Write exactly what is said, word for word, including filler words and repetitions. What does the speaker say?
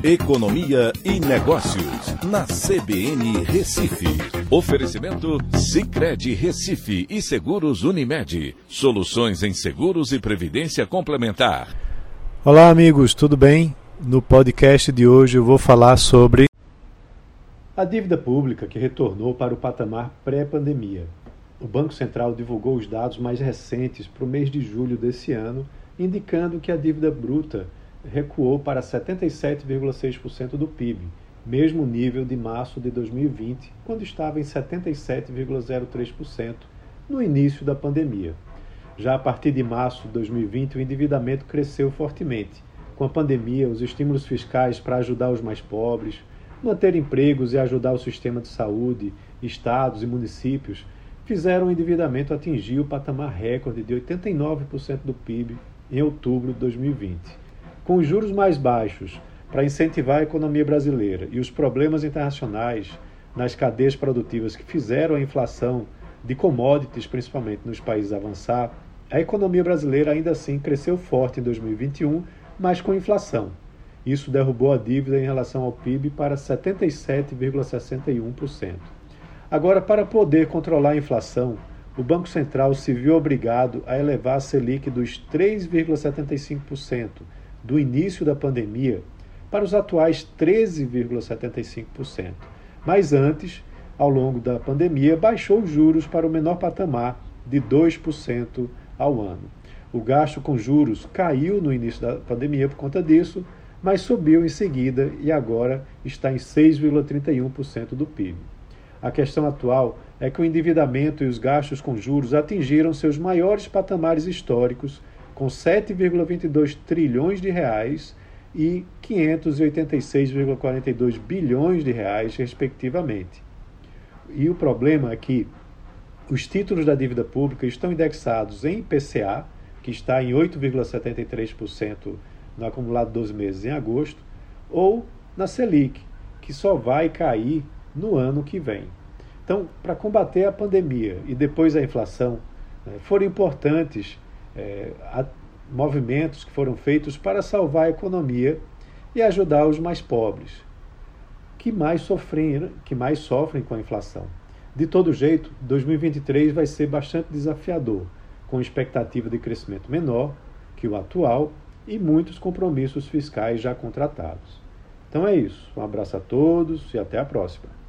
Economia e Negócios, na C B N Recife. Oferecimento Sicredi Recife e Seguros Unimed. Soluções em seguros e previdência complementar. Olá amigos, tudo bem? No podcast de hoje eu vou falar sobre a dívida pública que retornou para o patamar pré-pandemia. O Banco Central divulgou os dados mais recentes para o mês de julho desse ano, indicando que a dívida bruta recuou para setenta e sete vírgula seis por cento do P I B, mesmo nível de março de dois mil e vinte, quando estava em setenta e sete vírgula zero três por cento no início da pandemia. Já a partir de março de dois mil e vinte, o endividamento cresceu fortemente. Com a pandemia, os estímulos fiscais para ajudar os mais pobres, manter empregos e ajudar o sistema de saúde, estados e municípios, fizeram o endividamento atingir o patamar recorde de oitenta e nove por cento do P I B em outubro de dois mil e vinte. Com os juros mais baixos para incentivar a economia brasileira e os problemas internacionais nas cadeias produtivas que fizeram a inflação de commodities, principalmente nos países avançar, a economia brasileira ainda assim cresceu forte em dois mil e vinte e um, mas com inflação. Isso derrubou a dívida em relação ao P I B para setenta e sete vírgula sessenta e um por cento. Agora, para poder controlar a inflação, o Banco Central se viu obrigado a elevar a Selic dos três vírgula setenta e cinco por cento do início da pandemia para os atuais treze vírgula setenta e cinco por cento. Mas antes, ao longo da pandemia, baixou os juros para o menor patamar de dois por cento ao ano. O gasto com juros caiu no início da pandemia por conta disso, mas subiu em seguida e agora está em seis vírgula trinta e um por cento do P I B. A questão atual é que o endividamento e os gastos com juros atingiram seus maiores patamares históricos, com sete vírgula vinte e dois trilhões de reais e quinhentos e oitenta e seis vírgula quarenta e dois bilhões de reais, respectivamente. E o problema é que os títulos da dívida pública estão indexados em I P C A, que está em oito vírgula setenta e três por cento no acumulado doze meses em agosto, ou na Selic, que só vai cair no ano que vem. Então, para combater a pandemia e depois a inflação, né, foram importantes é, a, movimentos que foram feitos para salvar a economia e ajudar os mais pobres, que mais sofrem, que mais sofrem com a inflação. De todo jeito, dois mil e vinte e três vai ser bastante desafiador, com expectativa de crescimento menor que o atual e muitos compromissos fiscais já contratados. Então é isso. Um abraço a todos e até a próxima.